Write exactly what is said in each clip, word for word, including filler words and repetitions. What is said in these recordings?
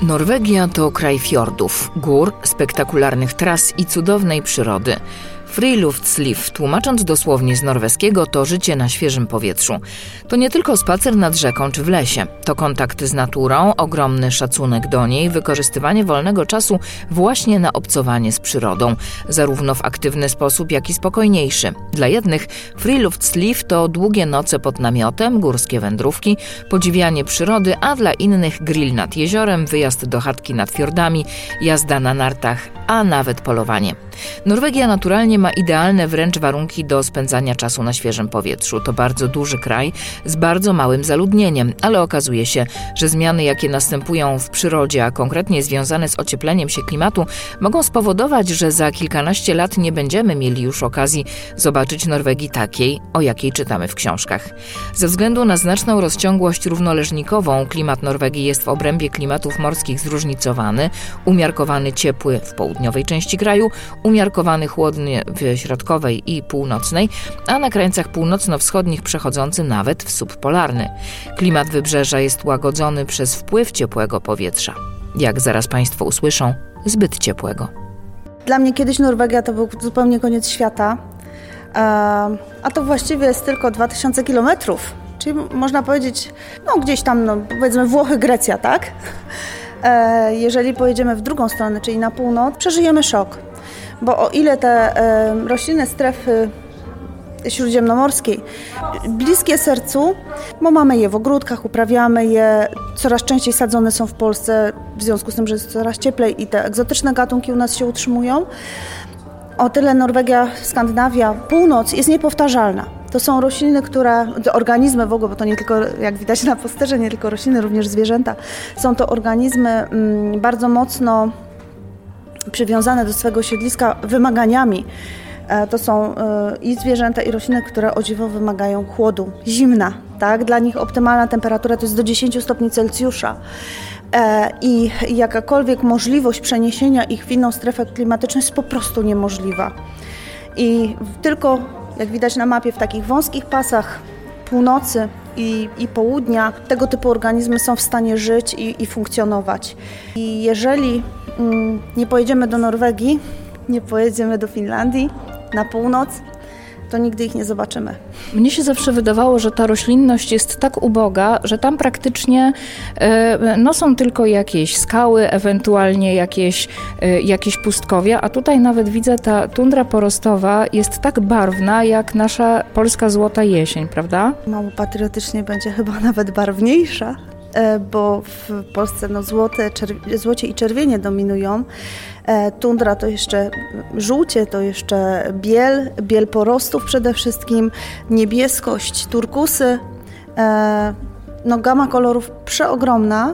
Norwegia to kraj fiordów, gór, spektakularnych tras i cudownej przyrody. Friluftsliv, tłumacząc dosłownie z norweskiego, to życie na świeżym powietrzu. To nie tylko spacer nad rzeką czy w lesie. To kontakt z naturą, ogromny szacunek do niej, wykorzystywanie wolnego czasu właśnie na obcowanie z przyrodą, zarówno w aktywny sposób, jak i spokojniejszy. Dla jednych Friluftsliv to długie noce pod namiotem, górskie wędrówki, podziwianie przyrody, a dla innych grill nad jeziorem, wyjazd do chatki nad fiordami, jazda na nartach, a nawet polowanie. Norwegia naturalnie ma idealne wręcz warunki do spędzania czasu na świeżym powietrzu. To bardzo duży kraj z bardzo małym zaludnieniem, ale okazuje się, że zmiany, jakie następują w przyrodzie, a konkretnie związane z ociepleniem się klimatu, mogą spowodować, że za kilkanaście lat nie będziemy mieli już okazji zobaczyć Norwegii takiej, o jakiej czytamy w książkach. Ze względu na znaczną rozciągłość równoleżnikową, klimat Norwegii jest w obrębie klimatów morskich zróżnicowany, umiarkowany ciepły w południowej części kraju, umiarkowany chłodny w środkowej i północnej, a na krańcach północno-wschodnich przechodzący nawet w subpolarny. Klimat wybrzeża jest łagodzony przez wpływ ciepłego powietrza. Jak zaraz Państwo usłyszą, zbyt ciepłego. Dla mnie kiedyś Norwegia to był zupełnie koniec świata, a to właściwie jest tylko dwa tysiące kilometrów, czyli można powiedzieć, no gdzieś tam, no, powiedzmy Włochy, Grecja, tak? Jeżeli pojedziemy w drugą stronę, czyli na północ, przeżyjemy szok. Bo o ile te e, roślinne strefy śródziemnomorskiej bliskie sercu, bo mamy je w ogródkach, uprawiamy je, coraz częściej sadzone są w Polsce, w związku z tym, że jest coraz cieplej i te egzotyczne gatunki u nas się utrzymują, o tyle Norwegia, Skandynawia, północ jest niepowtarzalna. To są rośliny, które, organizmy w ogóle, bo to nie tylko, jak widać na posterze, nie tylko rośliny, również zwierzęta. Są to organizmy mm, bardzo mocno przywiązane do swego siedliska wymaganiami. To są i zwierzęta, i rośliny, które o dziwo wymagają chłodu, zimna. Tak? Dla nich optymalna temperatura to jest do dziesięć stopni Celsjusza. I jakakolwiek możliwość przeniesienia ich w inną strefę klimatyczną jest po prostu niemożliwa. I tylko, jak widać na mapie, w takich wąskich pasach północy i, i południa tego typu organizmy są w stanie żyć i, i funkcjonować. I jeżeli mm, nie pojedziemy do Norwegii, nie pojedziemy do Finlandii na północ, to nigdy ich nie zobaczymy. Mnie się zawsze wydawało, że ta roślinność jest tak uboga, że tam praktycznie no, są tylko jakieś skały, ewentualnie jakieś, jakieś pustkowia, a tutaj nawet widzę, ta tundra porostowa jest tak barwna, jak nasza polska złota jesień, prawda? Mało patriotycznie będzie chyba nawet barwniejsza, bo w Polsce no, złote, czerw- złocie i czerwienie dominują. Tundra to jeszcze żółcie, to jeszcze biel, biel porostów przede wszystkim, niebieskość, turkusy, no gama kolorów przeogromna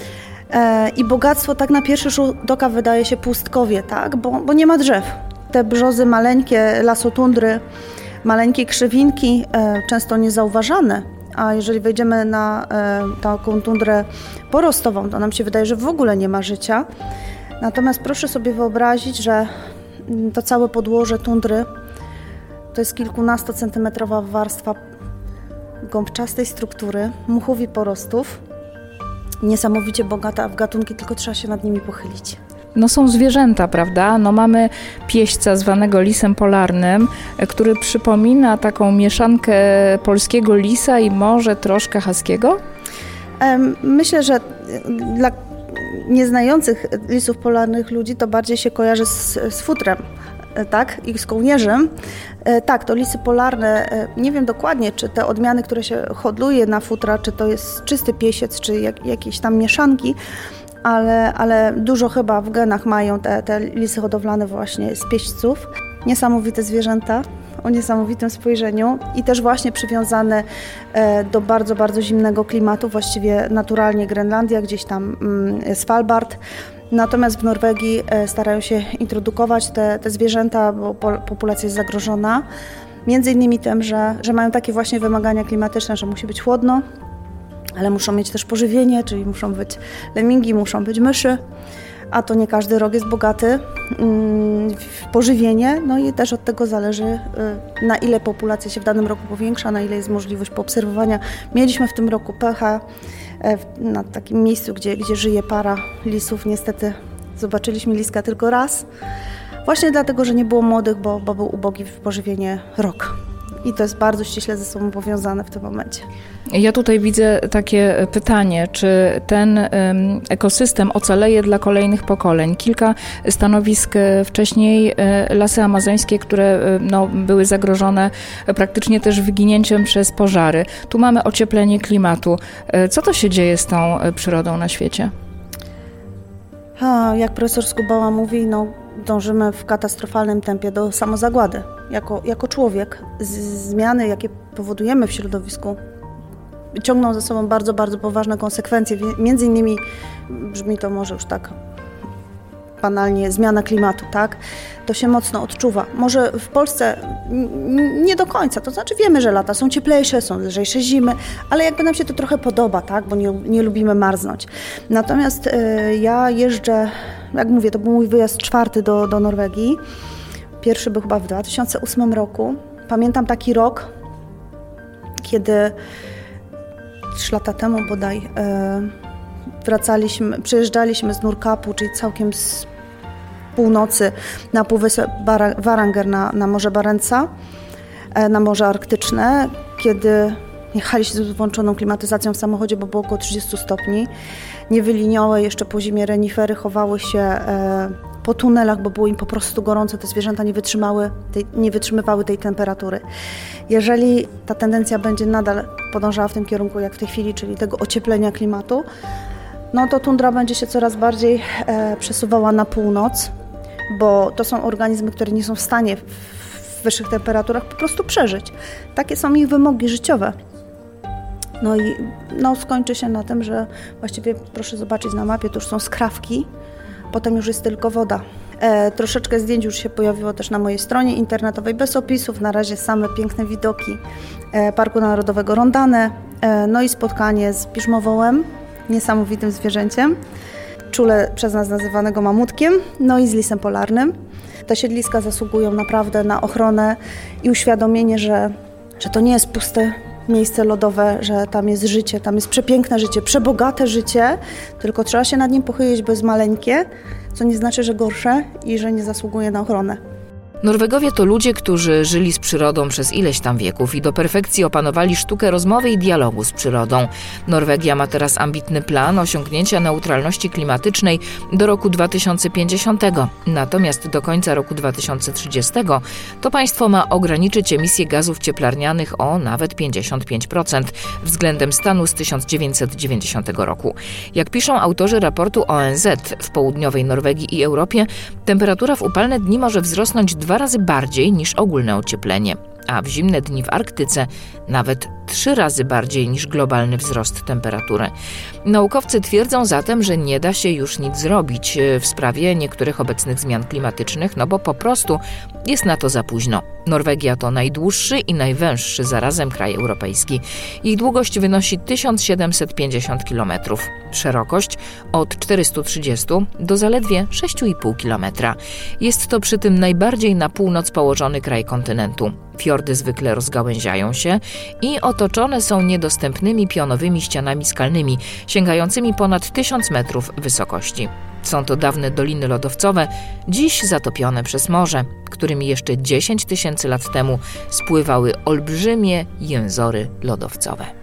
i bogactwo tak na pierwszy rzut oka wydaje się pustkowie, tak? bo, bo nie ma drzew. Te brzozy maleńkie lasotundry, maleńkie krzewinki, często niezauważane. A jeżeli wejdziemy na e, taką tundrę porostową, to nam się wydaje, że w ogóle nie ma życia. Natomiast proszę sobie wyobrazić, że to całe podłoże tundry to jest kilkunastocentymetrowa warstwa gąbczastej struktury, muchów i porostów. Niesamowicie bogata w gatunki, tylko trzeba się nad nimi pochylić. No są zwierzęta, prawda? No mamy pieśćca zwanego lisem polarnym, który przypomina taką mieszankę polskiego lisa i może troszkę haskiego? Myślę, że dla nieznających lisów polarnych ludzi to bardziej się kojarzy z, z futrem, tak? I z kołnierzem. Tak, to lisy polarne, nie wiem dokładnie, czy te odmiany, które się hodluje na futra, czy to jest czysty piesiec, czy jak, jakieś tam mieszanki, Ale, ale dużo chyba w genach mają te, te lisy hodowlane właśnie z pieśćców. Niesamowite zwierzęta o niesamowitym spojrzeniu i też właśnie przywiązane do bardzo, bardzo zimnego klimatu, właściwie naturalnie Grenlandia, gdzieś tam Svalbard. Natomiast w Norwegii starają się introdukować te, te zwierzęta, bo populacja jest zagrożona. Między innymi tym, że, że mają takie właśnie wymagania klimatyczne, że musi być chłodno, ale muszą mieć też pożywienie, czyli muszą być lemingi, muszą być myszy, a to nie każdy rok jest bogaty w pożywienie, no i też od tego zależy, na ile populacja się w danym roku powiększa, na ile jest możliwość poobserwowania. Mieliśmy w tym roku pecha, na takim miejscu, gdzie, gdzie żyje para lisów. Niestety zobaczyliśmy liska tylko raz. Właśnie dlatego, że nie było młodych, bo, bo był ubogi w pożywienie rok. I to jest bardzo ściśle ze sobą powiązane w tym momencie. Ja tutaj widzę takie pytanie, czy ten ekosystem ocaleje dla kolejnych pokoleń? Kilka stanowisk wcześniej, lasy amazońskie, które no, były zagrożone praktycznie też wyginięciem przez pożary. Tu mamy ocieplenie klimatu. Co to się dzieje z tą przyrodą na świecie? A, jak profesor Skubała mówi, no, dążymy w katastrofalnym tempie do samozagłady. Jako, jako człowiek z, zmiany, jakie powodujemy w środowisku, ciągną za sobą bardzo, bardzo poważne konsekwencje. Między innymi, brzmi to może już tak banalnie, zmiana klimatu, tak? To się mocno odczuwa. Może w Polsce nie do końca, to znaczy wiemy, że lata są cieplejsze, są lżejsze zimy, ale jakby nam się to trochę podoba, tak? Bo nie, nie lubimy marznąć. Natomiast y, ja jeżdżę, jak mówię, to był mój wyjazd czwarty do, do Norwegii. Pierwszy był chyba w dwa tysiące ósmym roku. Pamiętam taki rok, kiedy trzy lata temu bodaj y, wracaliśmy, przyjeżdżaliśmy z Nordkapu, czyli całkiem z północy na półwysep Varanger na, na Morze Barentsa, na Morze Arktyczne, kiedy jechaliśmy z włączoną klimatyzacją w samochodzie, bo było około trzydzieści stopni. Niewyliniałe jeszcze po zimie renifery chowały się e, po tunelach, bo było im po prostu gorąco. Te zwierzęta nie wytrzymały, tej, nie wytrzymywały tej temperatury. Jeżeli ta tendencja będzie nadal podążała w tym kierunku, jak w tej chwili, czyli tego ocieplenia klimatu, no to tundra będzie się coraz bardziej e, przesuwała na północ, bo to są organizmy, które nie są w stanie w wyższych temperaturach po prostu przeżyć. Takie są ich wymogi życiowe. No i no, skończy się na tym, że właściwie proszę zobaczyć na mapie, to już są skrawki, potem już jest tylko woda. E, troszeczkę zdjęć już się pojawiło też na mojej stronie internetowej, bez opisów, na razie same piękne widoki e, Parku Narodowego Rondane, e, no i spotkanie z piżmowołem, niesamowitym zwierzęciem, czule przez nas nazywanego mamutkiem, no i z lisem polarnym. Te siedliska zasługują naprawdę na ochronę i uświadomienie, że, że to nie jest puste miejsce lodowe, że tam jest życie, tam jest przepiękne życie, przebogate życie, tylko trzeba się nad nim pochylić, bo jest maleńkie, co nie znaczy, że gorsze i że nie zasługuje na ochronę. Norwegowie to ludzie, którzy żyli z przyrodą przez ileś tam wieków i do perfekcji opanowali sztukę rozmowy i dialogu z przyrodą. Norwegia ma teraz ambitny plan osiągnięcia neutralności klimatycznej do roku dwa tysiące pięćdziesiątego. Natomiast do końca roku dwa tysiące trzydziestego to państwo ma ograniczyć emisję gazów cieplarnianych o nawet pięćdziesiąt pięć procent względem stanu z tysiąc dziewięćset dziewięćdziesiątego roku. Jak piszą autorzy raportu O N Z, w południowej Norwegii i Europie temperatura w upalne dni może wzrosnąć dwa razy bardziej niż ogólne ocieplenie, a w zimne dni w Arktyce nawet trzy razy bardziej niż globalny wzrost temperatury. Naukowcy twierdzą zatem, że nie da się już nic zrobić w sprawie niektórych obecnych zmian klimatycznych, no bo po prostu jest na to za późno. Norwegia to najdłuższy i najwęższy zarazem kraj europejski. Jej długość wynosi tysiąc siedemset pięćdziesiąt kilometrów, szerokość od czterysta trzydzieści do zaledwie sześć i pół kilometra. Jest to przy tym najbardziej na północ położony kraj kontynentu. Fiordy zwykle rozgałęziają się i otoczone są niedostępnymi pionowymi ścianami skalnymi, sięgającymi ponad tysiąc metrów wysokości. Są to dawne doliny lodowcowe, dziś zatopione przez morze, którymi jeszcze dziesięć tysięcy lat temu spływały olbrzymie jęzory lodowcowe.